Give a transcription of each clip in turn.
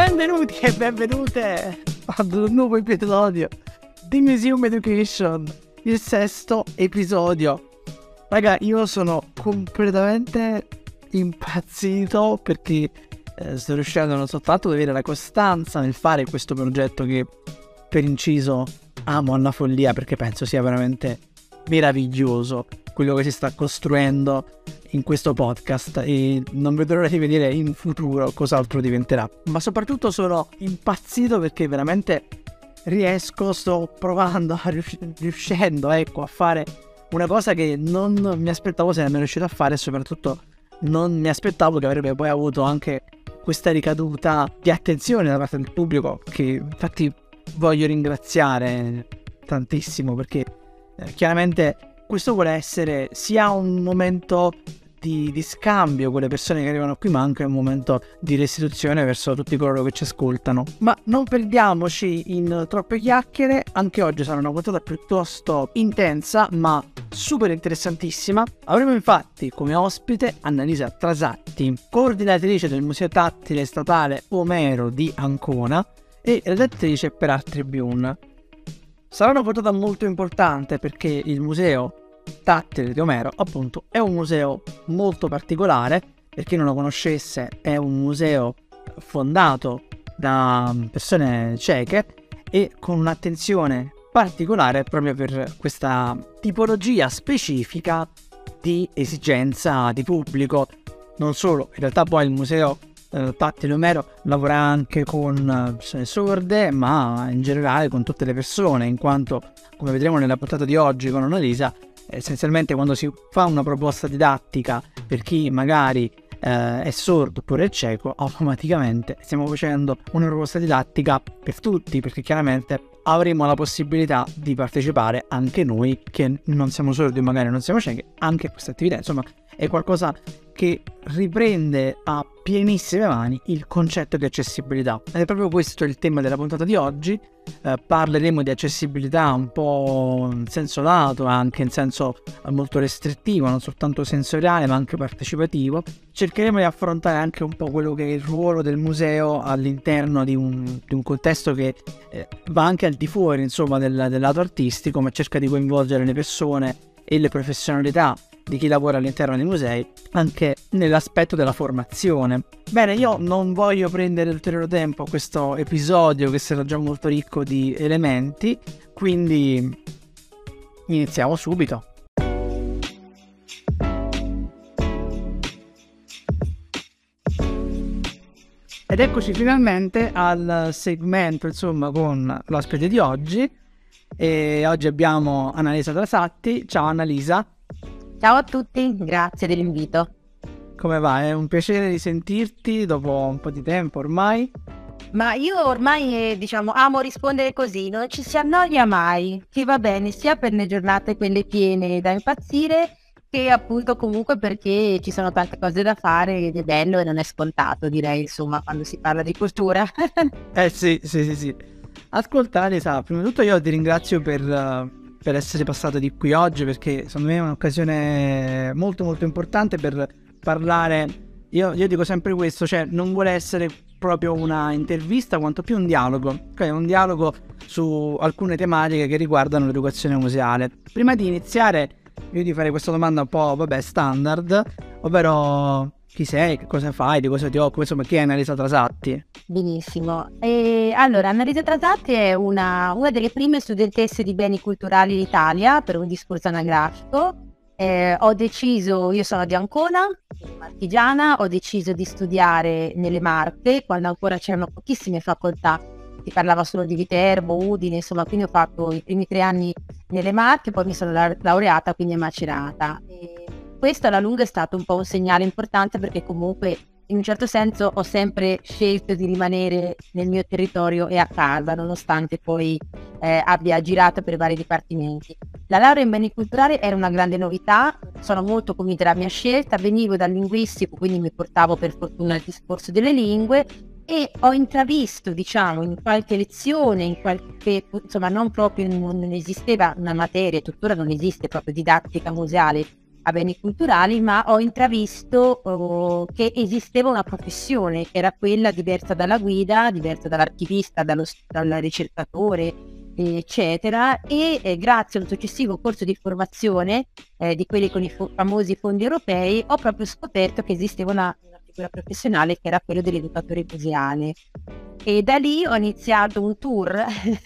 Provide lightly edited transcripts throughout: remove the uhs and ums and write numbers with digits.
Benvenuti e benvenute ad un nuovo episodio di Museum Education, il 6º episodio. Raga, io sono completamente impazzito perché sto riuscendo non soltanto ad avere la costanza nel fare questo progetto che per inciso amo alla follia, perché penso sia veramente meraviglioso quello che si sta costruendo in questo podcast e non vedo l'ora di vedere in futuro cos'altro diventerà. Ma soprattutto sono impazzito perché veramente sto provando riuscendo a fare una cosa che non mi aspettavo se nemmeno riuscito a fare, e soprattutto non mi aspettavo che avrebbe poi avuto anche questa ricaduta di attenzione da parte del pubblico, che infatti voglio ringraziare tantissimo, perché chiaramente questo vuole essere sia un momento di scambio con le persone che arrivano qui, ma anche un momento di restituzione verso tutti coloro che ci ascoltano. Ma non perdiamoci in troppe chiacchiere, anche oggi sarà una puntata piuttosto intensa ma super interessantissima. Avremo infatti come ospite Annalisa Trasatti, coordinatrice del Museo Tattile Statale Omero di Ancona e redattrice per Art Tribune. Sarà una puntata molto importante perché il Museo Tattile di Omero, appunto, è un museo molto particolare. Per chi non lo conoscesse, è un museo fondato da persone cieche e con un'attenzione particolare proprio per questa tipologia specifica di esigenza di pubblico. Non solo, in realtà poi il museo Tattile Omero lavora anche con persone sorde, ma in generale con tutte le persone, in quanto, come vedremo nella puntata di oggi con Annalisa, essenzialmente quando si fa una proposta didattica per chi magari è sordo oppure è cieco, automaticamente stiamo facendo una proposta didattica per tutti, perché chiaramente avremo la possibilità di partecipare anche noi che non siamo sordi o magari non siamo ciechi anche a questa attività. Insomma, è qualcosa che riprende a pienissime mani il concetto di accessibilità, ed è proprio questo il tema della puntata di oggi. Parleremo di accessibilità un po' in senso lato, anche in senso molto restrittivo, non soltanto sensoriale ma anche partecipativo. Cercheremo di affrontare anche un po' quello che è il ruolo del museo all'interno di un contesto che va anche al di fuori, insomma, del lato artistico, ma cerca di coinvolgere le persone e le professionalità di chi lavora all'interno dei musei anche nell'aspetto della formazione. Bene, io non voglio prendere ulteriore tempo a questo episodio che sarà già molto ricco di elementi, quindi iniziamo subito. Ed eccoci finalmente al segmento, insomma, con l'ospite di oggi. E oggi abbiamo Annalisa Trasatti. Ciao Annalisa. Ciao a tutti, grazie dell'invito. Come va? È un piacere di sentirti dopo un po' di tempo ormai. Ma io ormai, amo rispondere così, non ci si annoia mai, che va bene sia per le giornate quelle piene da impazzire, che appunto comunque perché ci sono tante cose da fare ed è bello e non è scontato, direi, insomma, quando si parla di cultura. Sì. Ascolta Annalisa, prima di tutto io ti ringrazio per essere passato di qui oggi, perché secondo me è un'occasione molto molto importante per parlare. Io dico sempre questo, cioè non vuole essere proprio una intervista quanto più un dialogo, ok? Un dialogo su alcune tematiche che riguardano l'educazione museale. Prima di iniziare io ti farei questa domanda un po' standard, ovvero chi sei, che cosa fai, di cosa ti occupi, insomma chi è Annalisa Trasatti? Benissimo, allora Annalisa Trasatti è una delle prime studentesse di beni culturali d'Italia per un discorso anagrafico. Io sono di Ancona, marchigiana, ho deciso di studiare nelle Marche quando ancora c'erano pochissime facoltà, si parlava solo di Viterbo, Udine, insomma, quindi ho fatto i primi 3 anni nelle Marche, poi mi sono laureata quindi a Macerata. Questo alla lunga è stato un po' un segnale importante, perché comunque in un certo senso ho sempre scelto di rimanere nel mio territorio e a casa, nonostante poi abbia girato per vari dipartimenti. La laurea in beni culturali era una grande novità, sono molto convinta della mia scelta, venivo dal linguistico, quindi mi portavo per fortuna il discorso delle lingue, e ho intravisto, in qualche lezione, insomma non esisteva una materia, tuttora non esiste proprio didattica museale a beni culturali, ma ho intravisto che esisteva una professione che era quella diversa dalla guida, diversa dall'archivista, dal ricercatore, eccetera, e grazie a un successivo corso di formazione di quelli con i famosi fondi europei ho proprio scoperto che esisteva una figura professionale che era quello dell'educatore museale. E da lì ho iniziato un tour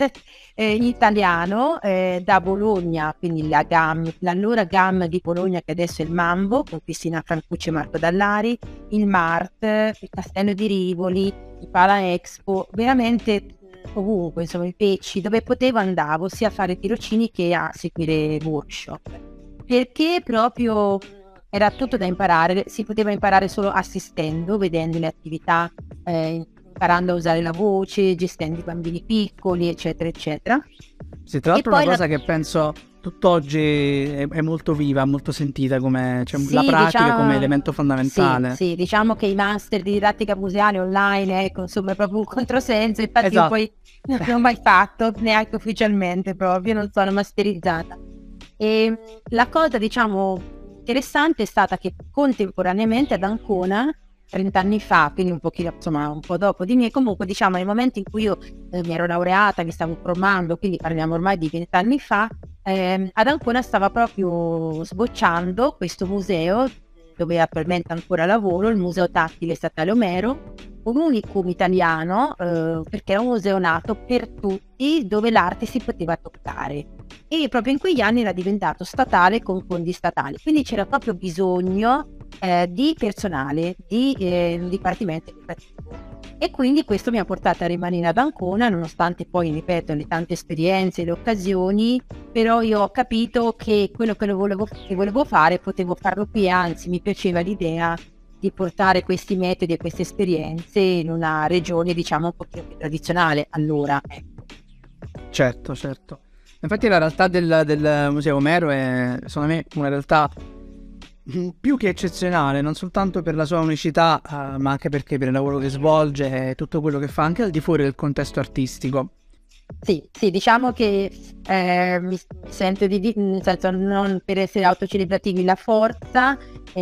in italiano da Bologna, quindi l'allora GAM di Bologna, che adesso è il Mambo, con Cristina Francucci e Marco Dallari, il MART, il Castello di Rivoli, il Pala Expo, veramente ovunque, insomma, i Pecci, dove potevo andavo sia a fare tirocini che a seguire workshop, perché proprio era tutto da imparare, si poteva imparare solo assistendo, vedendo le attività, imparando a usare la voce, gestendo i bambini piccoli, eccetera, eccetera. Sì, tra l'altro una cosa che penso tutt'oggi è molto viva, molto sentita, come cioè, sì, la pratica diciamo, come elemento fondamentale. Sì, diciamo che i master di didattica museale online, ecco, insomma, è proprio un controsenso, infatti Esatto. poi non l'ho mai fatto, neanche ufficialmente proprio, non sono masterizzata. E la cosa, diciamo, interessante è stata che contemporaneamente ad Ancona, 30 anni fa, quindi un pochino, insomma, un po' dopo di me, comunque diciamo nel momento in cui io mi ero laureata, mi stavo formando, quindi parliamo ormai di 20 anni fa, ad Ancona stava proprio sbocciando questo museo dove attualmente ancora lavoro, il Museo Tattile Statale Omero, un unicum italiano, perché è un museo nato per tutti, dove l'arte si poteva toccare, e proprio in quegli anni era diventato statale con fondi statali, quindi c'era proprio bisogno di personale, di un dipartimento educativo. E quindi questo mi ha portato a rimanere ad Ancona, nonostante poi, ripeto, le tante esperienze, le occasioni, però io ho capito che quello che volevo fare, potevo farlo qui, anzi mi piaceva l'idea di portare questi metodi e queste esperienze in una regione, diciamo, un pochino più tradizionale, allora. Certo. Infatti la realtà del Museo Omero è, secondo me, una realtà più che eccezionale, non soltanto per la sua unicità, ma anche perché per il lavoro che svolge e tutto quello che fa anche al di fuori del contesto artistico. Sì, diciamo che mi sento nel senso, non per essere autocelebrativi, la forza,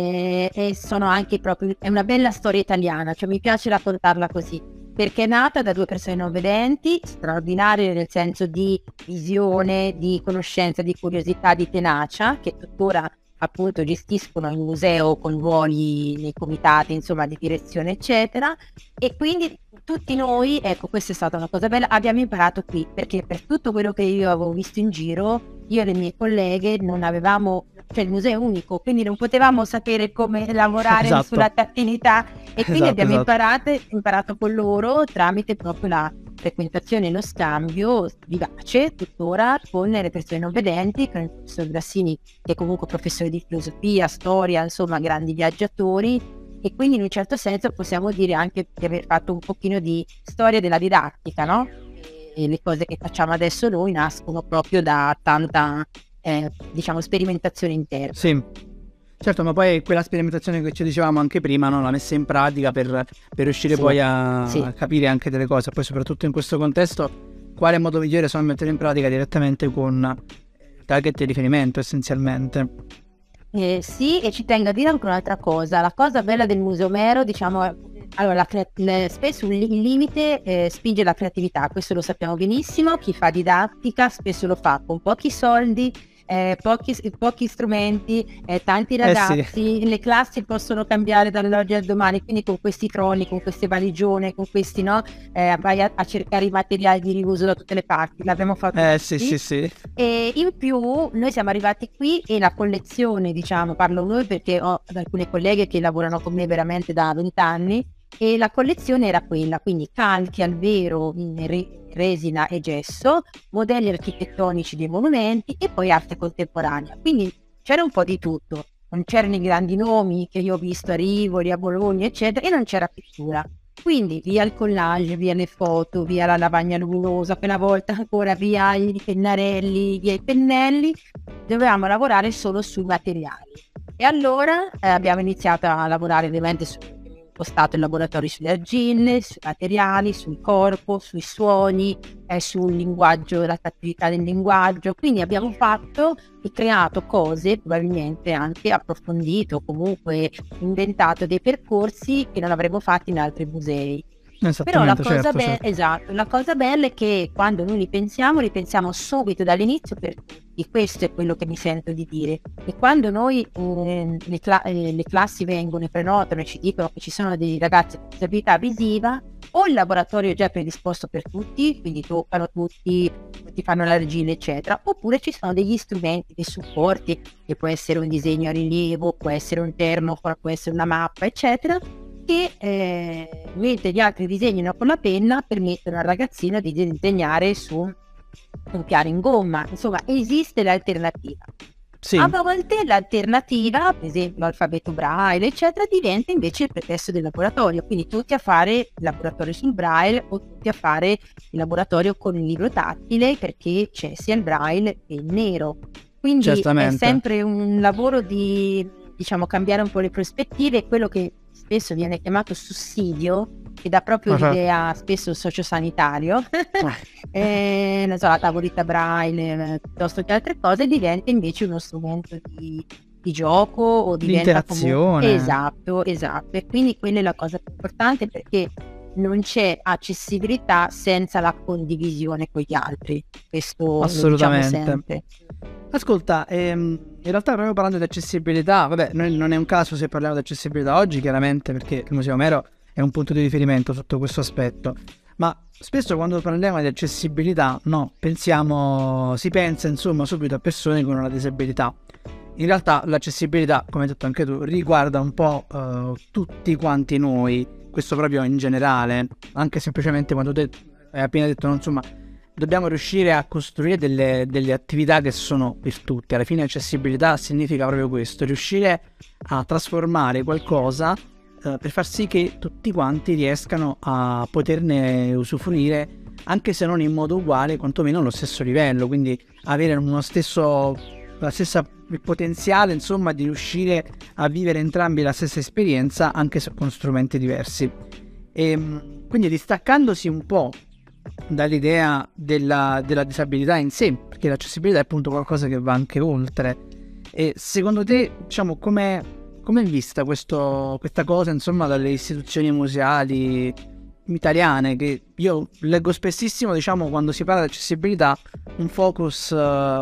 e sono anche proprio, è una bella storia italiana, cioè mi piace raccontarla così, perché è nata da due persone non vedenti, straordinarie nel senso di visione, di conoscenza, di curiosità, di tenacia, che tuttora appunto gestiscono il museo con ruoli nei comitati, insomma, di direzione, eccetera, e quindi tutti noi, ecco, questa è stata una cosa bella, abbiamo imparato qui, perché per tutto quello che io avevo visto in giro, io e le mie colleghe non avevamo, cioè il museo è unico, quindi non potevamo sapere come lavorare Esatto. sulla tattilità, e quindi abbiamo Esatto. imparato con loro tramite proprio la frequentazione e lo scambio vivace tuttora con le persone non vedenti, con il professor Grassini, che è comunque professore di filosofia, storia, insomma grandi viaggiatori, e quindi in un certo senso possiamo dire anche di aver fatto un pochino di storia della didattica, no? E le cose che facciamo adesso noi nascono proprio da tanta diciamo sperimentazione interna. Sì, certo, ma poi quella sperimentazione che ci dicevamo anche prima, no? La messa in pratica per riuscire poi a capire anche delle cose, poi soprattutto in questo contesto, quale modo migliore sono mettere in pratica direttamente con target di riferimento essenzialmente. Sì, e ci tengo a dire anche un'altra cosa, la cosa bella del Museo Omero, diciamo, allora spesso il limite spinge la creatività, questo lo sappiamo benissimo, chi fa didattica spesso lo fa con pochi soldi, pochi strumenti, tanti ragazzi, Sì. le classi possono cambiare dall'oggi al domani, quindi con questi troni, con queste valigione, con questi, no, vai a cercare i materiali di riuso da tutte le parti, l'abbiamo fatto tutti. Sì. E in più noi siamo arrivati qui e la collezione, diciamo, parlo noi perché ho alcune colleghe che lavorano con me veramente da 20 anni, e la collezione era quella, quindi calchi al vero in resina e gesso, modelli architettonici dei monumenti e poi arte contemporanea, quindi c'era un po' di tutto, non c'erano i grandi nomi che io ho visto a Rivoli, a Bologna eccetera, e non c'era pittura, quindi via il collage, via le foto, via la lavagna luminosa, quella volta ancora via i pennarelli, via i pennelli, dovevamo lavorare solo sui materiali. E allora abbiamo iniziato a lavorare ovviamente su impostato il laboratorio sulle argille, sui materiali, sul corpo, sui suoni, sul linguaggio, la tattilità del linguaggio. Quindi abbiamo fatto e creato cose, probabilmente anche approfondito, comunque inventato dei percorsi che non avremmo fatto in altri musei. Però la cosa certo. esatto, la cosa bella è che quando noi li pensiamo subito dall'inizio per tutti. Questo è quello che mi sento di dire. E quando noi le classi vengono e prenotano e ci dicono che ci sono dei ragazzi con disabilità visiva, o il laboratorio è già predisposto per tutti, quindi toccano tutti fanno l'argilla eccetera, oppure ci sono degli strumenti, dei supporti, che può essere un disegno a rilievo, può essere un termofor, può essere una mappa eccetera, che mentre gli altri disegnano con la penna permettono al ragazzino di disegnare su un piano in gomma. Insomma, esiste l'alternativa. Sì. A volte l'alternativa, per esempio l'alfabeto braille eccetera, diventa invece il pretesto del laboratorio, quindi tutti a fare il laboratorio sul braille o tutti a fare il laboratorio con il libro tattile, perché c'è sia il braille che il nero. Quindi è sempre un lavoro di, diciamo, cambiare un po' le prospettive. Quello che spesso viene chiamato sussidio, che dà proprio l'idea spesso sociosanitario, non so, la tavoletta braille piuttosto che altre cose, diventa invece uno strumento di gioco o diventa interazione. Esatto, e quindi quella è la cosa più importante, perché non c'è accessibilità senza la condivisione con gli altri. Questo assolutamente. Lo diciamo sempre. Ascolta, in realtà proprio parlando di accessibilità, vabbè, non è un caso se parliamo di accessibilità oggi, chiaramente, perché il Museo Omero è un punto di riferimento sotto questo aspetto, ma spesso quando parliamo di accessibilità, si pensa insomma subito a persone con una disabilità. In realtà l'accessibilità, come hai detto anche tu, riguarda un po' tutti quanti noi, questo proprio in generale, anche semplicemente quando hai appena detto, no, insomma, dobbiamo riuscire a costruire delle attività che sono per tutti. Alla fine accessibilità significa proprio questo, riuscire a trasformare qualcosa per far sì che tutti quanti riescano a poterne usufruire, anche se non in modo uguale, quantomeno allo stesso livello, quindi avere la stessa potenziale, insomma, di riuscire a vivere entrambi la stessa esperienza, anche se con strumenti diversi. E quindi distaccandosi un po' dall'idea della disabilità in sé, perché l'accessibilità è appunto qualcosa che va anche oltre. E secondo te, diciamo, come è vista questa cosa, insomma, dalle istituzioni museali italiane, che io leggo spessissimo, diciamo, quando si parla di accessibilità, un focus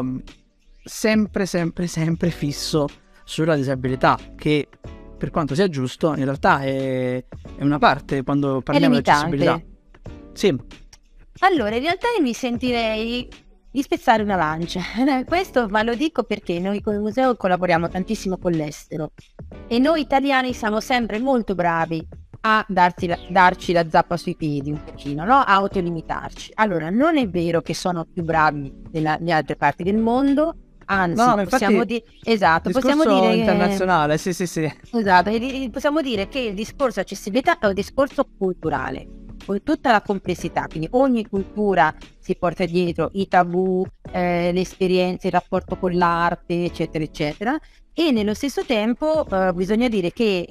sempre fisso sulla disabilità, che per quanto sia giusto, in realtà è una parte quando parliamo di accessibilità. Sì. Allora, in realtà io mi sentirei di spezzare una lancia. Questo, ma lo dico perché noi come museo collaboriamo tantissimo con l'estero e noi italiani siamo sempre molto bravi a darci la zappa sui piedi un pochino, no? A autolimitarci. Allora, non è vero che sono più bravi delle altre parti del mondo, anzi, no, possiamo dire internazionale, sì. Esatto, possiamo dire che il discorso accessibilità è un discorso culturale, con tutta la complessità, quindi ogni cultura si porta dietro i tabù, le esperienze, il rapporto con l'arte, eccetera, eccetera, e nello stesso tempo bisogna dire che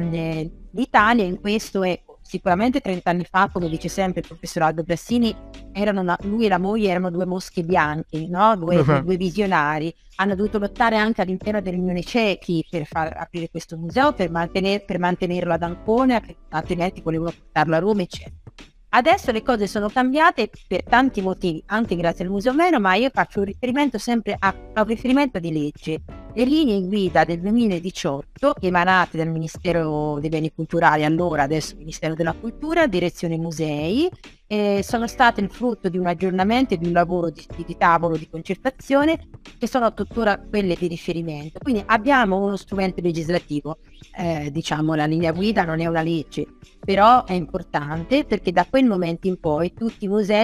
l'Italia in questo è sicuramente 30 anni fa, come dice sempre il professor Aldo Brassini, lui e la moglie erano due mosche bianche, no? Due visionari. Hanno dovuto lottare anche all'interno dell'Unione Cechi per far aprire questo museo, per mantenerlo ad Ancona, altrimenti volevano portarlo a Roma, eccetera. Adesso le cose sono cambiate per tanti motivi, anche grazie al Museo Omero, ma io faccio un riferimento sempre a un riferimento di legge. Le linee guida del 2018, emanate dal Ministero dei Beni Culturali, allora adesso Ministero della Cultura, Direzione Musei, sono state il frutto di un aggiornamento e di un lavoro di tavolo di concertazione, che sono tuttora quelle di riferimento. Quindi abbiamo uno strumento legislativo, diciamo la linea guida non è una legge, però è importante perché da quel momento in poi tutti i musei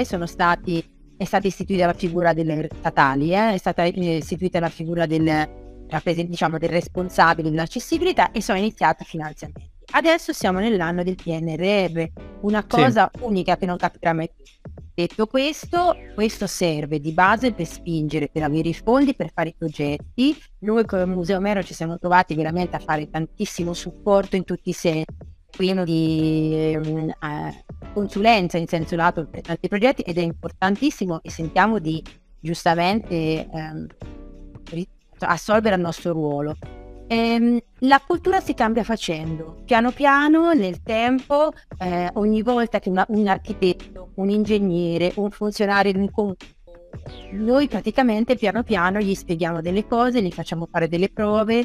è stata istituita la figura delle statali, è stata istituita la figura del responsabile dell'accessibilità e sono iniziati i finanziamenti. Adesso siamo nell'anno del PNRR, una cosa unica che non capiterà mai più. Detto questo serve di base per spingere, per avere i fondi, per fare i progetti. Noi come Museo Omero ci siamo trovati veramente a fare tantissimo supporto in tutti i sensi, quindi consulenza in senso lato per tanti progetti, ed è importantissimo, e sentiamo di giustamente assolvere al nostro ruolo. La cultura si cambia facendo, piano piano, nel tempo, ogni volta che un architetto, un ingegnere, un funzionario di un comune, noi praticamente piano piano gli spieghiamo delle cose, gli facciamo fare delle prove,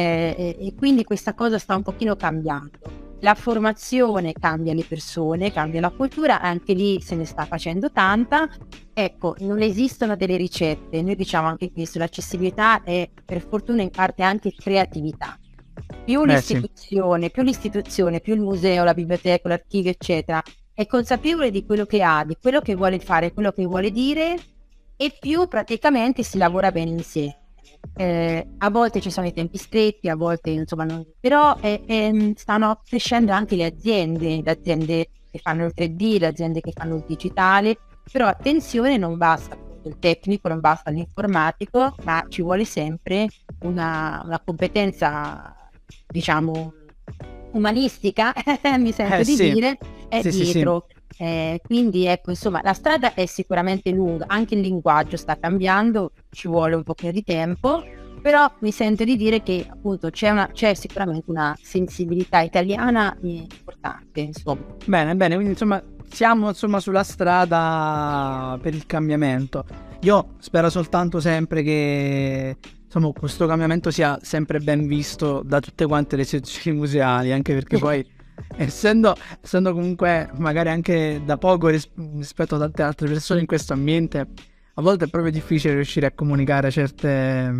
e quindi questa cosa sta un pochino cambiando. La formazione cambia le persone, cambia la cultura, anche lì se ne sta facendo tanta. Ecco, non esistono delle ricette, noi diciamo anche questo, l'accessibilità è per fortuna in parte anche creatività. Più l'istituzione, più il museo, la biblioteca, l'archivio, eccetera, è consapevole di quello che ha, di quello che vuole fare, quello che vuole dire, e più praticamente si lavora bene insieme. A volte ci sono i tempi stretti, a volte insomma non, però stanno crescendo anche le aziende che fanno il 3D, le aziende che fanno il digitale, però attenzione, non basta il tecnico, non basta l'informatico, ma ci vuole sempre una competenza, diciamo, umanistica, mi sento di dire, è dietro. Quindi ecco, insomma, la strada è sicuramente lunga, anche il linguaggio sta cambiando, ci vuole un pochino di tempo, però mi sento di dire che appunto c'è sicuramente una sensibilità italiana importante, insomma. Bene, quindi insomma siamo sulla strada per il cambiamento. Io spero soltanto sempre che insomma questo cambiamento sia sempre ben visto da tutte quante le sezioni museali, anche perché poi essendo comunque magari anche da poco rispetto a tante altre persone in questo ambiente, a volte è proprio difficile riuscire a comunicare certe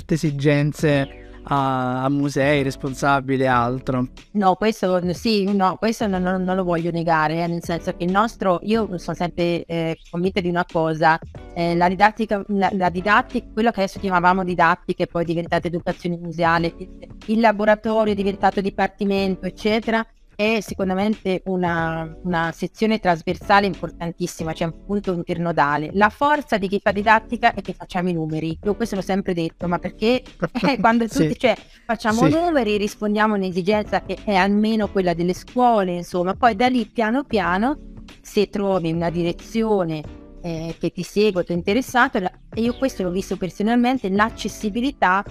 esigenze a musei, responsabili e altro. No, questo sì, no, questo non lo voglio negare, nel senso che io sono sempre convinta di una cosa, la didattica, quello che adesso chiamavamo didattica e poi è diventata educazione museale, il laboratorio è diventato dipartimento, eccetera, è sicuramente una sezione trasversale importantissima, c'è un punto internodale. La forza di chi fa didattica è che facciamo i numeri. Io questo l'ho sempre detto, ma perché quando tutti facciamo numeri, rispondiamo a un'esigenza che è almeno quella delle scuole, insomma, poi da lì piano piano, se trovi una direzione che ti segue, ti è interessato, e io questo l'ho visto personalmente, l'accessibilità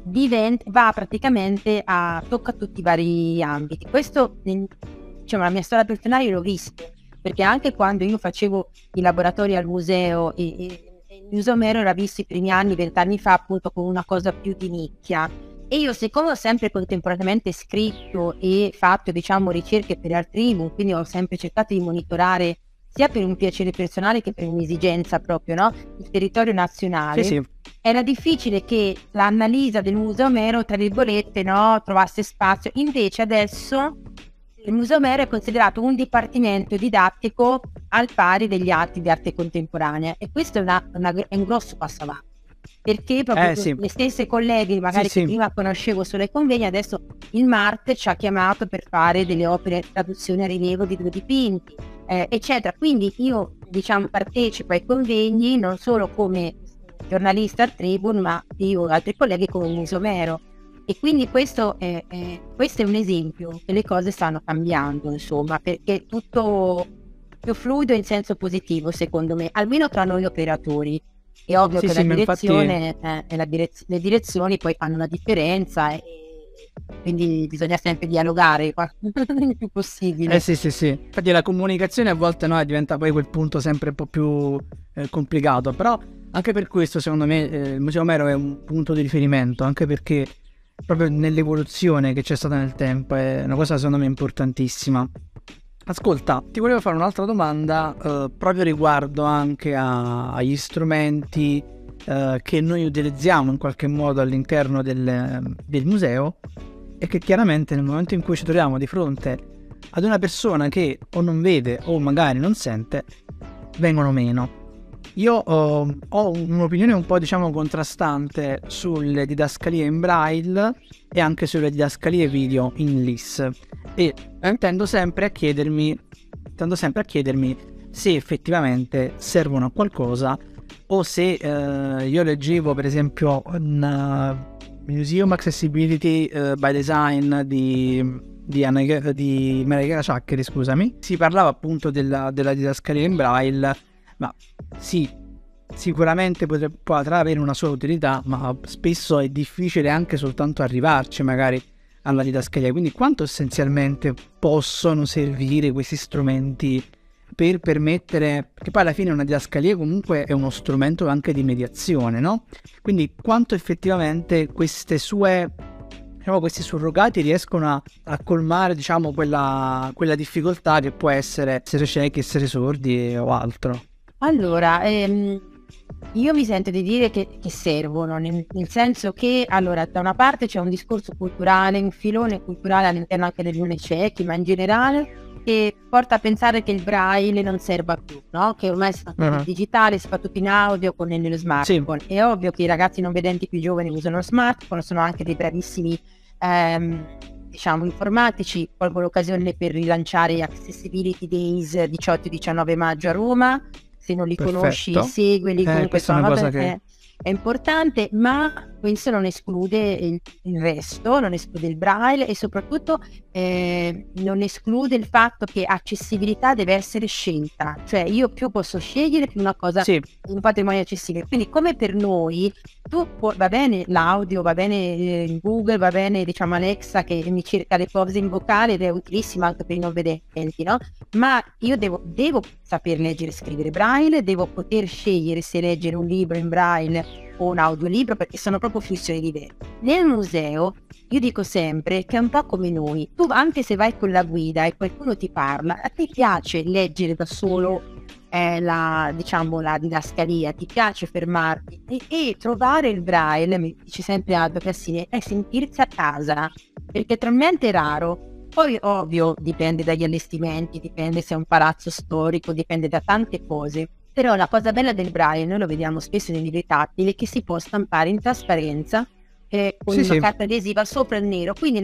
va praticamente tocca tutti i vari ambiti. Questo, diciamo, la mia storia personale l'ho visto, perché anche quando io facevo i laboratori al museo e il Museo Mero era visto i primi anni, 20 anni fa, appunto come una cosa più di nicchia, e io, siccome ho sempre contemporaneamente scritto e fatto, diciamo, ricerche per altri ebook, quindi ho sempre cercato di monitorare sia per un piacere personale che per un'esigenza proprio, no? Il territorio nazionale. Era difficile che l'Annalisa del Museo Mero, tra virgolette, no, trovasse spazio. Invece adesso il Museo Mero è considerato un dipartimento didattico al pari degli altri di arte contemporanea, e questo è un grosso passo avanti. Perché proprio le stesse colleghe magari che prima conoscevo solo ai convegni, adesso il MART ci ha chiamato per fare delle opere traduzione a rilievo di 2 dipinti, eccetera. Quindi io, diciamo, partecipo ai convegni non solo come giornalista al Tribune, ma io e altri colleghi come il Museo Mero, e quindi questo è un esempio che le cose stanno cambiando, insomma, perché è tutto più fluido in senso positivo, secondo me, almeno tra noi operatori. È ovvio che la direzione, le direzioni poi fanno la differenza, e quindi bisogna sempre dialogare il più possibile. Sì. Infatti la comunicazione a volte diventa poi quel punto sempre un po' più complicato, però anche per questo secondo me il Museo Mero è un punto di riferimento, anche perché proprio nell'evoluzione che c'è stata nel tempo è una cosa secondo me importantissima. Ascolta, ti volevo fare un'altra domanda proprio riguardo anche agli strumenti che noi utilizziamo in qualche modo all'interno del museo, e che chiaramente nel momento in cui ci troviamo di fronte ad una persona che o non vede o magari non sente, vengono meno. Io ho un'opinione un po', diciamo, contrastante sulle didascalie in braille e anche sulle didascalie video in LIS, e tendo sempre a chiedermi se effettivamente servono a qualcosa, o se io leggevo per esempio Museum Accessibility by Design di di Mariangela Ciaccheri, scusami, si parlava appunto della didascalia in braille, ma sì, sicuramente potrà avere una sua utilità, ma spesso è difficile anche soltanto arrivarci magari alla didascalia. Quindi quanto essenzialmente possono servire questi strumenti per permettere, perché poi alla fine una didascalia comunque è uno strumento anche di mediazione, no? Quindi quanto effettivamente queste sue, diciamo, questi surrogati riescono a colmare, diciamo, quella difficoltà che può essere ciechi, essere sordi o altro. Allora, io mi sento di dire che servono, nel senso che, allora, da una parte c'è un discorso culturale, un filone culturale all'interno anche degli ciechi, ma in generale, che porta a pensare che il braille non serva più, no? Che ormai si fa tutto in digitale, si fa tutto in audio con nello smartphone. Sì. È ovvio che i ragazzi non vedenti più giovani usano lo smartphone, sono anche dei bravissimi diciamo informatici. Colgo l'occasione per rilanciare Accessibility Days 18-19 maggio a Roma. Se non li conosci, seguili, comunque questa è una cosa che è importante, ma questo non esclude il resto, non esclude il braille e soprattutto non esclude il fatto che accessibilità deve essere scelta, cioè io più posso scegliere più una cosa, un patrimonio accessibile. Quindi come per noi, va bene l'audio, va bene Google, va bene diciamo Alexa che mi cerca le cose in vocale ed è utilissima anche per i non vedenti, no? Ma io devo saper leggere e scrivere braille, devo poter scegliere se leggere un libro in braille o un audiolibro, perché sono proprio funzioni diverse. Nel museo io dico sempre che è un po' come noi, tu anche se vai con la guida e qualcuno ti parla, a te piace leggere da solo la didascalia, ti piace fermarti e trovare il braille, mi dice sempre Aldo Cassini, è sentirsi a casa, perché è talmente raro. Poi ovvio dipende dagli allestimenti, dipende se è un palazzo storico, dipende da tante cose. Però la cosa bella del braille, noi lo vediamo spesso nei libri tattili, che si può stampare in trasparenza con una carta adesiva sopra il nero. Quindi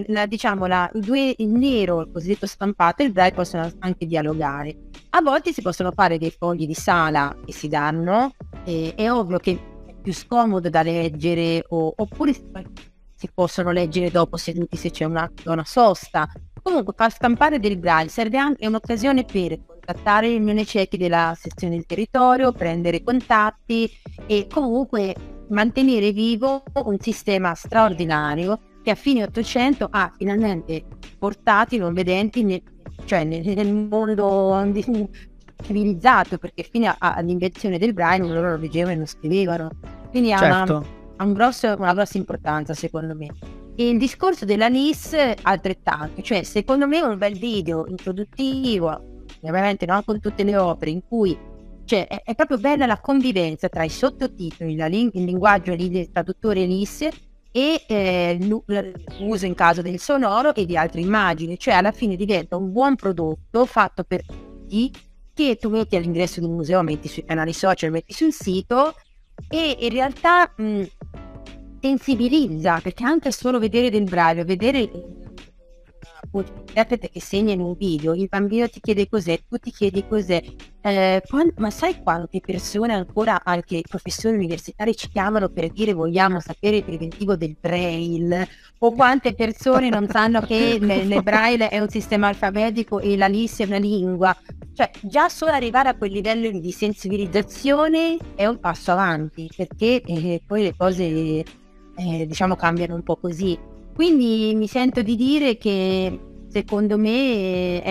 il nero, il cosiddetto stampato e il braille possono anche dialogare. A volte si possono fare dei fogli di sala che si danno, è ovvio che è più scomodo da leggere oppure si possono leggere dopo seduti se c'è una sosta. Comunque far stampare del braille serve anche, è un'occasione per contattare i miei ciechi della sezione del territorio, prendere contatti e comunque mantenere vivo un sistema straordinario che a fine 800 ha finalmente portato i non vedenti nel mondo civilizzato, perché fino all'invenzione del braille loro lo leggevano e non scrivevano. Quindi ha una grossa importanza secondo me. E il discorso della LIS altrettanto, cioè secondo me un bel video introduttivo, ovviamente non con tutte le opere, in cui è proprio bella la convivenza tra i sottotitoli, il linguaggio del traduttore LIS e l'uso in caso del sonoro e di altre immagini, cioè alla fine diventa un buon prodotto fatto per tutti, che tu metti all'ingresso di un museo, metti sui canali social, metti sul sito e in realtà sensibilizza, perché anche solo vedere del braille, vedere l'interprete che segna in un video, il bambino ti chiede cos'è, tu ti chiedi cos'è, ma sai quante persone ancora, anche professori universitari, ci chiamano per dire vogliamo sapere il preventivo del braille, o quante persone non sanno che il braille è un sistema alfabetico e la LIS è una lingua. Cioè già solo arrivare a quel livello di sensibilizzazione è un passo avanti, perché poi le cose cambiano un po' così. Quindi mi sento di dire che secondo me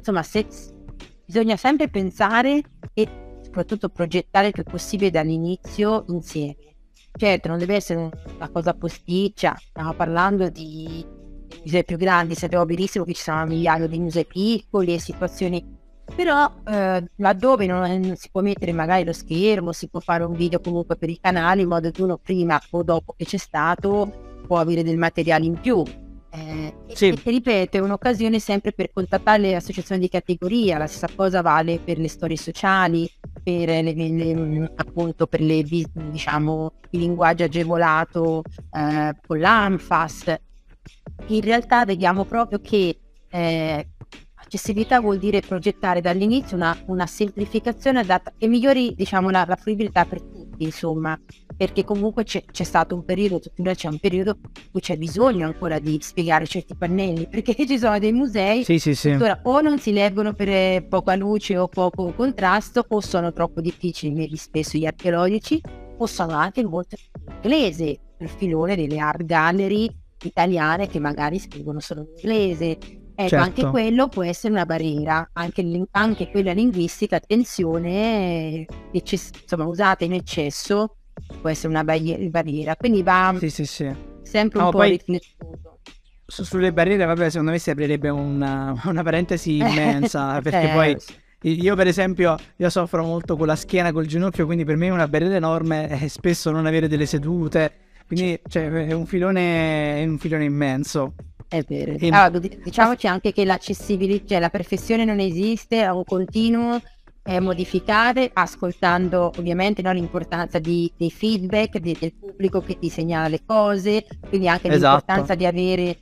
bisogna sempre pensare e soprattutto progettare il più possibile dall'inizio insieme. Certo, non deve essere una cosa posticcia, stiamo parlando di musei più grandi, sappiamo benissimo che ci sono migliaia di musei piccoli e situazioni, però laddove non si può mettere magari lo schermo, si può fare un video comunque per i canali, in modo che uno prima o dopo che c'è stato può avere del materiale in più. E ripeto, è un'occasione sempre per contattare le associazioni di categoria. La stessa cosa vale per le storie sociali, per appunto per il linguaggio agevolato con l'ANFAS. In realtà vediamo proprio che accessibilità vuol dire progettare dall'inizio una semplificazione adatta che migliori la fruibilità per tutti, insomma, perché comunque c'è stato un periodo, tuttora c'è un periodo in cui c'è bisogno ancora di spiegare certi pannelli, perché ci sono dei musei Sì, sì, sì. tuttora o non si leggono per poca luce o poco contrasto, o sono troppo difficili, vedi spesso gli archeologici, o sono anche molto inglese, il filone delle art gallery italiane che magari scrivono solo in inglese. Ecco, anche Certo. quello può essere una barriera, anche quella linguistica, attenzione, insomma, usata in eccesso può essere una barriera, quindi va Sì, sì, sì. sempre un No, po' poi riflettuto. sulle barriere, vabbè, secondo me si aprirebbe una parentesi immensa, perché poi Sì. io per esempio, io soffro molto con la schiena, col ginocchio, quindi per me una barriera enorme è spesso non avere delle sedute, quindi cioè, è un filone immenso. È vero. E, Allora, diciamoci anche che l'accessibilità, cioè la perfezione non esiste, è un continuo modificare, ascoltando ovviamente, no, l'importanza dei feedback del pubblico che ti segnala le cose, quindi anche esatto, l'importanza di avere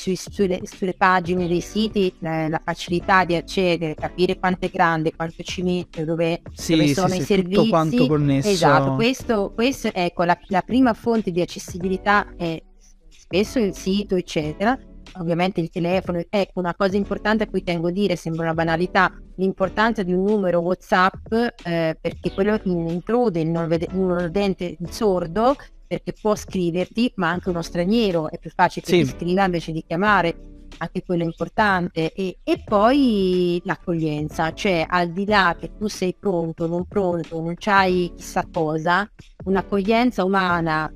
sulle pagine dei siti la facilità di accedere, capire quanto è grande, quanto ci mette, dove sì, sì, sono i sì, tutto quanto servizi. Esatto, connesso. questo ecco, la prima fonte di accessibilità è spesso il sito, eccetera. Ovviamente il telefono, ecco, una cosa importante a cui tengo a dire, sembra una banalità, l'importanza di un numero WhatsApp, perché quello include il non vedente, il sordo, perché può scriverti, ma anche uno straniero è più facile che ti Sì, scriva invece di chiamare, anche quello è importante. E poi l'accoglienza, cioè al di là che tu sei pronto, non c'hai chissà cosa, un'accoglienza umana,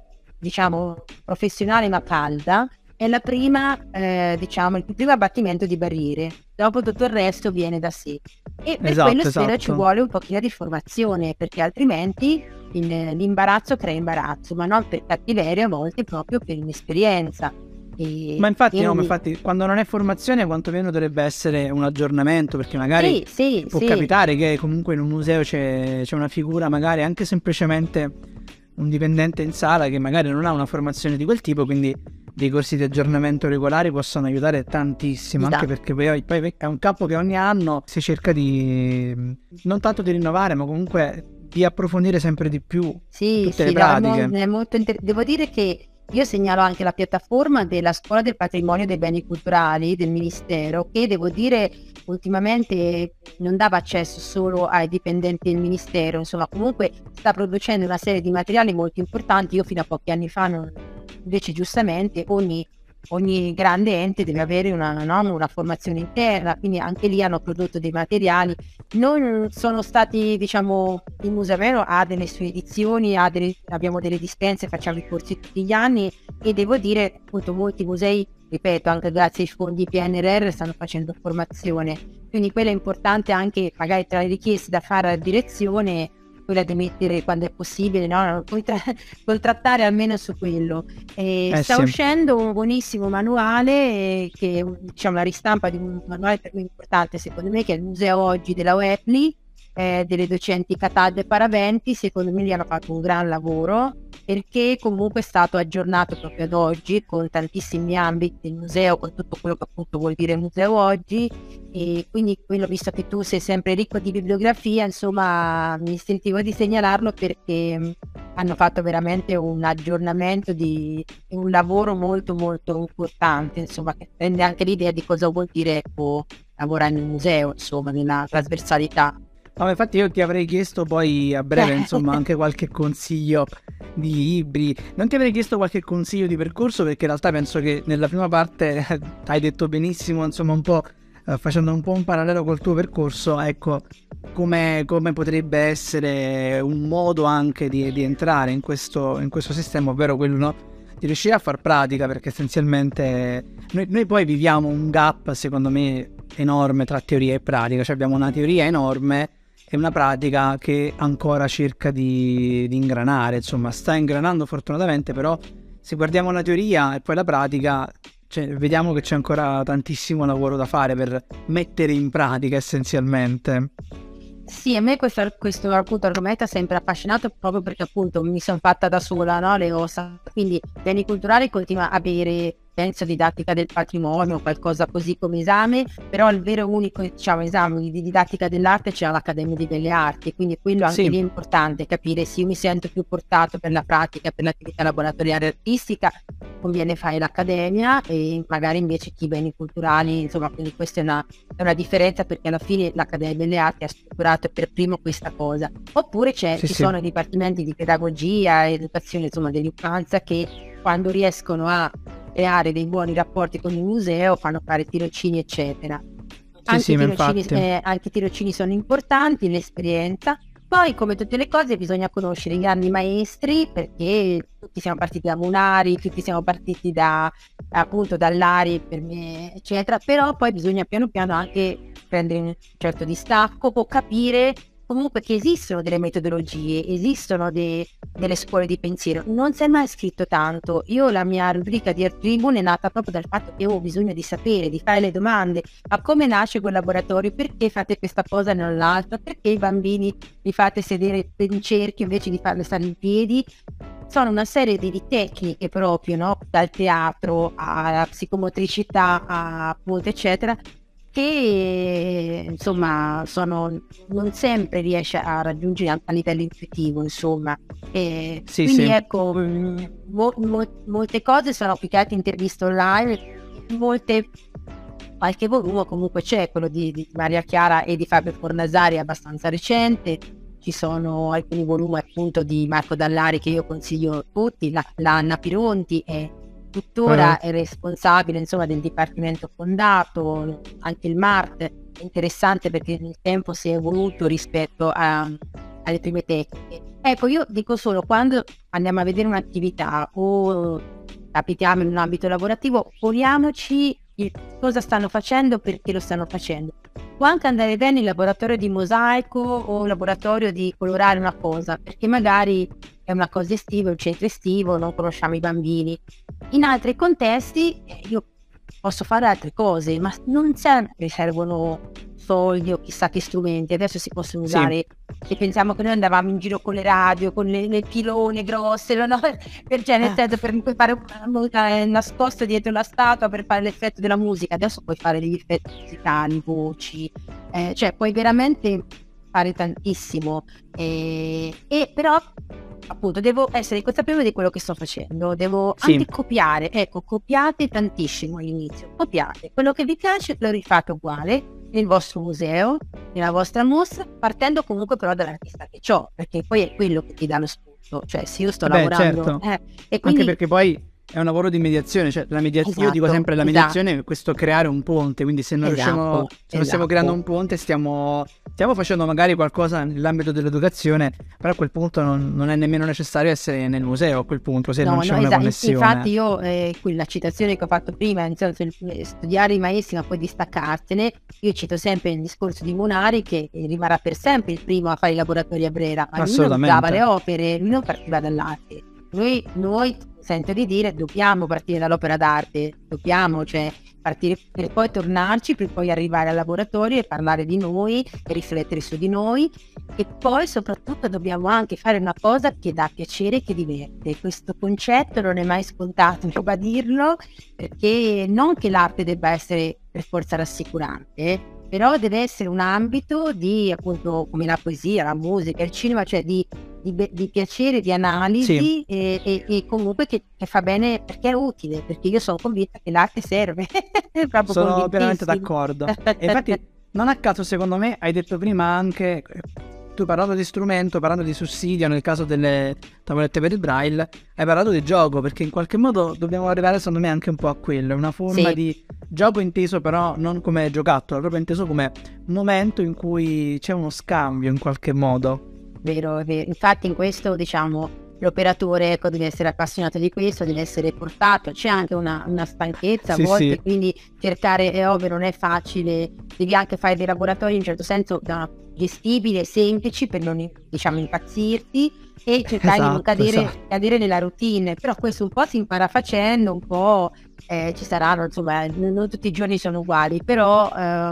diciamo professionale ma calda, è la prima, diciamo, il primo abbattimento di barriere. Dopo tutto il resto viene da sé. E per quello esatto, spero ci esatto. vuole un pochino di formazione, perché altrimenti l'imbarazzo crea imbarazzo, ma non per cattiveria, a volte proprio per inesperienza. Ma infatti, no, Io ma mi... infatti quando non è formazione quantomeno dovrebbe essere un aggiornamento, perché magari Sì, sì, può sì. capitare che comunque in un museo c'è una figura, magari anche semplicemente un dipendente in sala che magari non ha una formazione di quel tipo, quindi dei corsi di aggiornamento regolari possono aiutare tantissimo, anche Esatto. perché poi è un campo che ogni anno si cerca di non tanto di rinnovare, ma comunque di approfondire sempre di più Sì, tutte le sì, no, pratiche. è molto devo dire che io segnalo anche la piattaforma della Scuola del Patrimonio dei Beni Culturali del Ministero, che devo dire ultimamente non dava accesso solo ai dipendenti del Ministero, insomma comunque sta producendo una serie di materiali molto importanti. Io fino a pochi anni fa invece giustamente ogni grande ente deve avere una formazione interna, quindi anche lì hanno prodotto dei materiali. Non sono stati, diciamo, il Museo Meno ha delle sue edizioni, abbiamo delle dispense, facciamo i corsi tutti gli anni, e devo dire appunto molti musei, ripeto, anche grazie ai fondi PNRR stanno facendo formazione, quindi quello è importante. Anche magari tra le richieste da fare alla direzione, quella di mettere quando è possibile, no? Contrattare almeno su quello. Eh Sta sì, uscendo un buonissimo manuale, che è diciamo la ristampa di un manuale per me importante secondo me, che è il Museo Oggi della UEPLI, delle docenti Cataldo e Paraventi. Secondo me lì hanno fatto un gran lavoro, perché comunque è stato aggiornato proprio ad oggi con tantissimi ambiti del museo, con tutto quello che appunto vuol dire il museo oggi. E quindi quello, visto che tu sei sempre ricco di bibliografia, insomma mi sentivo di segnalarlo, perché hanno fatto veramente un aggiornamento di un lavoro molto molto importante, insomma, che rende anche l'idea di cosa vuol dire, ecco, lavorare nel museo, insomma, nella trasversalità. no, infatti io ti avrei chiesto poi a breve, insomma, anche qualche consiglio di libri. Non ti avrei chiesto qualche consiglio di percorso, perché in realtà penso che nella prima parte hai detto benissimo, insomma, un po' facendo un po' un parallelo col tuo percorso, ecco, come potrebbe essere un modo anche di entrare in questo sistema, ovvero quello, no, di riuscire a far pratica, perché essenzialmente noi poi viviamo un gap, secondo me, enorme tra teoria e pratica, cioè abbiamo una teoria enorme e una pratica che ancora cerca di ingranare, insomma sta ingranando fortunatamente, però se guardiamo la teoria e poi la pratica, cioè, vediamo che c'è ancora tantissimo lavoro da fare per mettere in pratica essenzialmente. Sì, a me questo appunto argomento ha sempre affascinato, proprio perché appunto mi sono fatta da sola, no? Le ossa. Quindi Beni Culturali continua a avere penso didattica del patrimonio, qualcosa così come esame, però il vero unico, diciamo, esame di didattica dell'arte c'è all'Accademia di Belle Arti, quindi quello anche lì è importante capire se io mi sento più portato per la pratica, per l'attività laboratoriale artistica, conviene fare l'accademia, e magari invece chi beni culturali, insomma, quindi questa è una differenza, perché alla fine l'Accademia delle Arti ha strutturato per primo questa cosa. Oppure ci sono i dipartimenti di pedagogia, educazione, insomma, dell'infanzia, che quando riescono a creare dei buoni rapporti con il museo fanno fare tirocini, eccetera. Anche i tirocini sono importanti, l'esperienza. Poi, come tutte le cose, bisogna conoscere i grandi maestri, perché tutti siamo partiti da Munari, tutti siamo partiti appunto dall'Ari, per me, eccetera. Però poi bisogna piano piano anche prendere un certo distacco, o capire comunque che esistono delle metodologie, esistono delle scuole di pensiero. Non si è mai scritto tanto. Io, la mia rubrica di Art Tribune è nata proprio dal fatto che avevo bisogno di sapere, di fare le domande. Ma come nasce quel laboratorio? Perché fate questa cosa e non l'altra? Perché i bambini li fate sedere in cerchio invece di farli stare in piedi? Sono una serie di tecniche proprio, no? Dal teatro alla psicomotricità, appunto, eccetera, che insomma non sempre riesce a raggiungere a livello intuitivo, insomma. Quindi ecco, molte cose sono applicate, interviste online, qualche volume comunque c'è, quello di Maria Chiara e di Fabio Fornasari, è abbastanza recente. Ci sono alcuni volumi appunto di Marco Dallari che io consiglio a tutti. La Anna Pironti è tuttora è responsabile, insomma, del dipartimento fondato. Anche il MART è interessante perché nel tempo si è evoluto rispetto alle prime tecniche. Ecco, io dico solo, quando andiamo a vedere un'attività o capitiamo in un ambito lavorativo, poniamoci cosa stanno facendo, perché lo stanno facendo. Può anche andare bene il laboratorio di mosaico o il laboratorio di colorare una cosa, perché magari è una cosa estiva, un centro estivo, non conosciamo i bambini. In altri contesti io posso fare altre cose, ma non sempre servono soldi o chissà che strumenti. Adesso si possono usare, se pensiamo che noi andavamo in giro con le radio, con le pilone grosse, no? Nel senso, per fare una musica nascosta dietro la statua, per fare l'effetto della musica. Adesso puoi fare degli effetti musicali, voci, cioè puoi veramente fare tantissimo, e però appunto devo essere consapevole di quello che sto facendo, devo anche copiare. Ecco, copiate tantissimo all'inizio, copiate quello che vi piace, lo rifate uguale nel vostro museo, nella vostra mostra, partendo comunque però dall'artista che ho, perché poi è quello che ti dà lo spunto. Cioè, se io sto lavorando, e quindi, anche perché poi è un lavoro di mediazione, cioè la mediazione, io dico sempre la mediazione è questo creare un ponte, quindi se non riusciamo, se non stiamo creando un ponte, stiamo facendo magari qualcosa nell'ambito dell'educazione, però a quel punto non è nemmeno necessario essere nel museo, a quel punto, se non c'è una connessione. Infatti io, quella citazione che ho fatto prima, nel senso, studiare i maestri ma poi distaccartene, io cito sempre il discorso di Munari, che rimarrà per sempre il primo a fare i laboratori a Brera, ma lui non usava le opere, lui non partiva dall'arte. Noi sento di dire, dobbiamo partire dall'opera d'arte, dobbiamo, cioè, partire per poi tornarci, per poi arrivare al laboratorio e parlare di noi e riflettere su di noi, e poi soprattutto dobbiamo anche fare una cosa che dà piacere e che diverte. Questo concetto non è mai scontato, devo dirlo, perché non che l'arte debba essere per forza rassicurante, però deve essere un ambito di, appunto, come la poesia, la musica, il cinema, cioè di piacere, di analisi, e comunque che fa bene, perché è utile, perché io sono convinta che l'arte serve. Sono pienamente d'accordo. E infatti non a caso, secondo me, hai detto prima anche, tu parlando di strumento, parlando di sussidio nel caso delle tavolette per il braille, hai parlato di gioco, perché in qualche modo dobbiamo arrivare, secondo me, anche un po' a quello. È una forma di gioco inteso però non come giocattolo, proprio inteso come momento in cui c'è uno scambio in qualche modo. Vero. Infatti in questo, diciamo, l'operatore, ecco, deve essere appassionato di questo, deve essere portato, c'è anche una stanchezza a volte, quindi cercare, è ovvio, non è facile, devi anche fare dei laboratori in un certo senso gestibili e semplici per non, diciamo, impazzirti, e cercare di non cadere nella routine. Però questo un po' si impara facendo, un po' ci saranno, insomma, non tutti i giorni sono uguali, però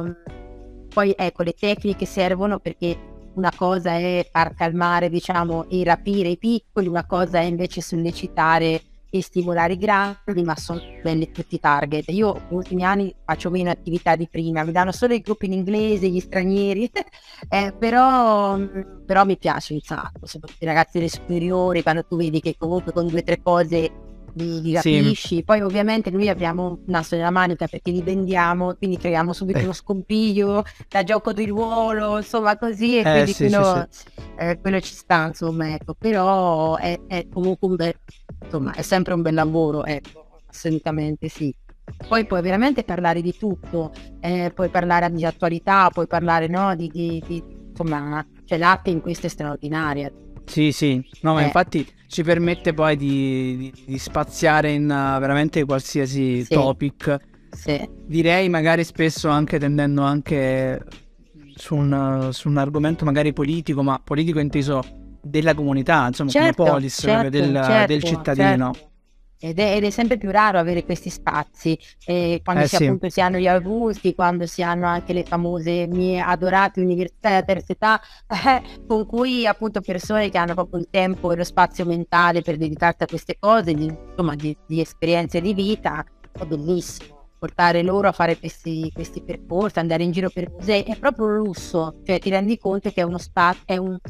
poi ecco, le tecniche servono, perché una cosa è far calmare, diciamo, e rapire i piccoli, una cosa è invece sollecitare e stimolare i grandi, ma sono belli tutti i target. Io negli ultimi anni faccio meno attività di prima, mi danno solo i gruppi in inglese, gli stranieri, però mi piace un sacco, soprattutto i ragazzi delle superiori, quando tu vedi che comunque con 2 o 3 cose li capisci. Poi ovviamente noi abbiamo un naso nella manica perché li vendiamo, quindi creiamo subito uno scompiglio da gioco di ruolo, insomma così, e quindi quello ci sta, insomma, ecco. Però è comunque un bel, insomma, è sempre un bel lavoro, ecco, assolutamente sì. Poi puoi veramente parlare di tutto, puoi parlare di attualità, puoi parlare, no, di insomma, cioè l'arte in questo è straordinaria. Sì, no, ma infatti ci permette poi di spaziare in veramente qualsiasi topic. Sì. Direi magari spesso anche tendendo anche su un argomento magari politico, ma politico inteso della comunità, insomma, come polis, del cittadino. Certo. Ed è sempre più raro avere questi spazi, quando appunto si hanno gli augusti, quando si hanno anche le famose mie adorate università della terza età, con cui appunto persone che hanno proprio il tempo e lo spazio mentale per dedicarsi a queste cose, insomma di esperienze di vita. È bellissimo portare loro a fare questi percorsi, andare in giro per musei, è proprio un lusso, cioè ti rendi conto che è uno spazio, è un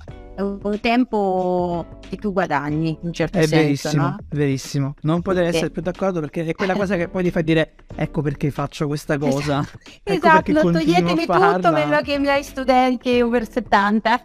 tempo che tu guadagni in un certo senso. Verissimo, no? Verissimo, non potrei essere più d'accordo, perché è quella cosa che poi ti fa dire ecco perché faccio questa cosa. Esatto, toglietemi tutto quello che i miei studenti over 70.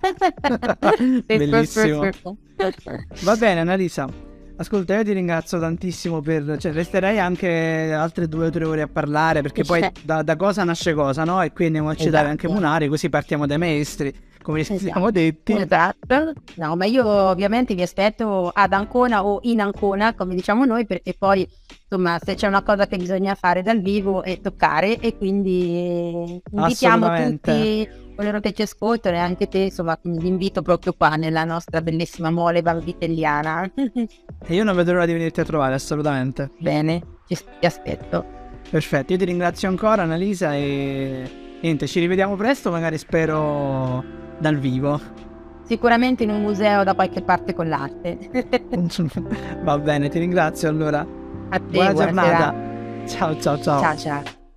Bellissimo. Va bene Annalisa, ascolta, io ti ringrazio tantissimo resterei anche altre 2 o 3 ore a parlare, perché poi da cosa nasce cosa, no? E qui andiamo a citare anche Munari, così partiamo dai maestri, come ci siamo detti. Esatto. No, ma io ovviamente vi aspetto ad Ancona o in Ancona, come diciamo noi, perché poi insomma se c'è una cosa che bisogna fare dal vivo è toccare, e quindi invitiamo tutti coloro che ci ascoltano, e anche te, insomma, vi invito proprio qua nella nostra bellissima mole vanvitelliana. E io non vedo l'ora di venirti a trovare, assolutamente. Bene, ti aspetto. Perfetto, io ti ringrazio ancora Annalisa, e niente, ci rivediamo presto, magari spero dal vivo. Sicuramente in un museo da qualche parte con l'arte. Va bene, ti ringrazio allora. A te, buona giornata. Sera. Ciao. Ciao.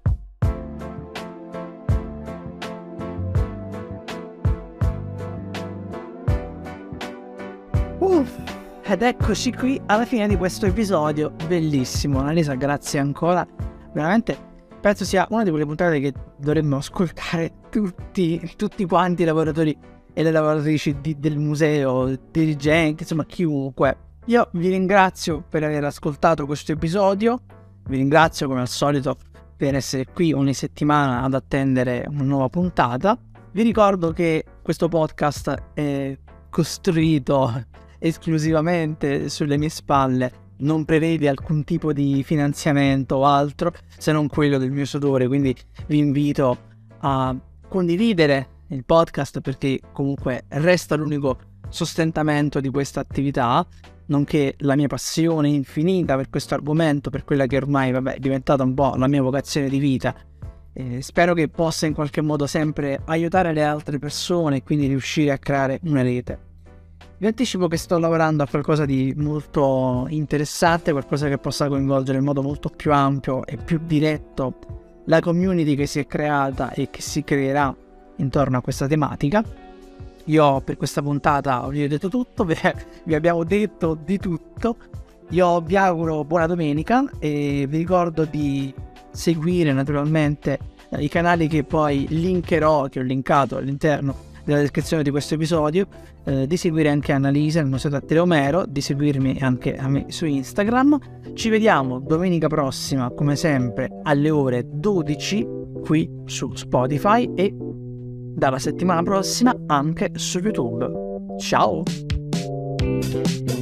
Ed eccoci qui alla fine di questo episodio bellissimo. Annalisa, grazie ancora. Veramente penso sia una di quelle puntate che dovremmo ascoltare tutti quanti i lavoratori e le lavoratrici del museo, dirigenti, insomma chiunque. Io vi ringrazio per aver ascoltato questo episodio, vi ringrazio come al solito per essere qui ogni settimana ad attendere una nuova puntata. Vi ricordo che questo podcast è costruito esclusivamente sulle mie spalle, non prevede alcun tipo di finanziamento o altro se non quello del mio sudore, quindi vi invito a condividere il podcast, perché comunque resta l'unico sostentamento di questa attività, nonché la mia passione infinita per questo argomento, per quella che ormai è diventata un po' la mia vocazione di vita. Spero che possa in qualche modo sempre aiutare le altre persone e quindi riuscire a creare una rete. Vi anticipo che sto lavorando a qualcosa di molto interessante, qualcosa che possa coinvolgere in modo molto più ampio e più diretto la community che si è creata e che si creerà intorno a questa tematica. Io per questa puntata vi ho detto tutto, vi abbiamo detto di tutto. Io vi auguro buona domenica e vi ricordo di seguire naturalmente i canali che poi linkerò, che ho linkato all'interno della descrizione di questo episodio, di seguire anche Annalisa, il museo Dattilo Omero, di seguirmi anche a me su Instagram. Ci vediamo domenica prossima come sempre alle ore 12 qui su Spotify e dalla settimana prossima anche su YouTube. Ciao!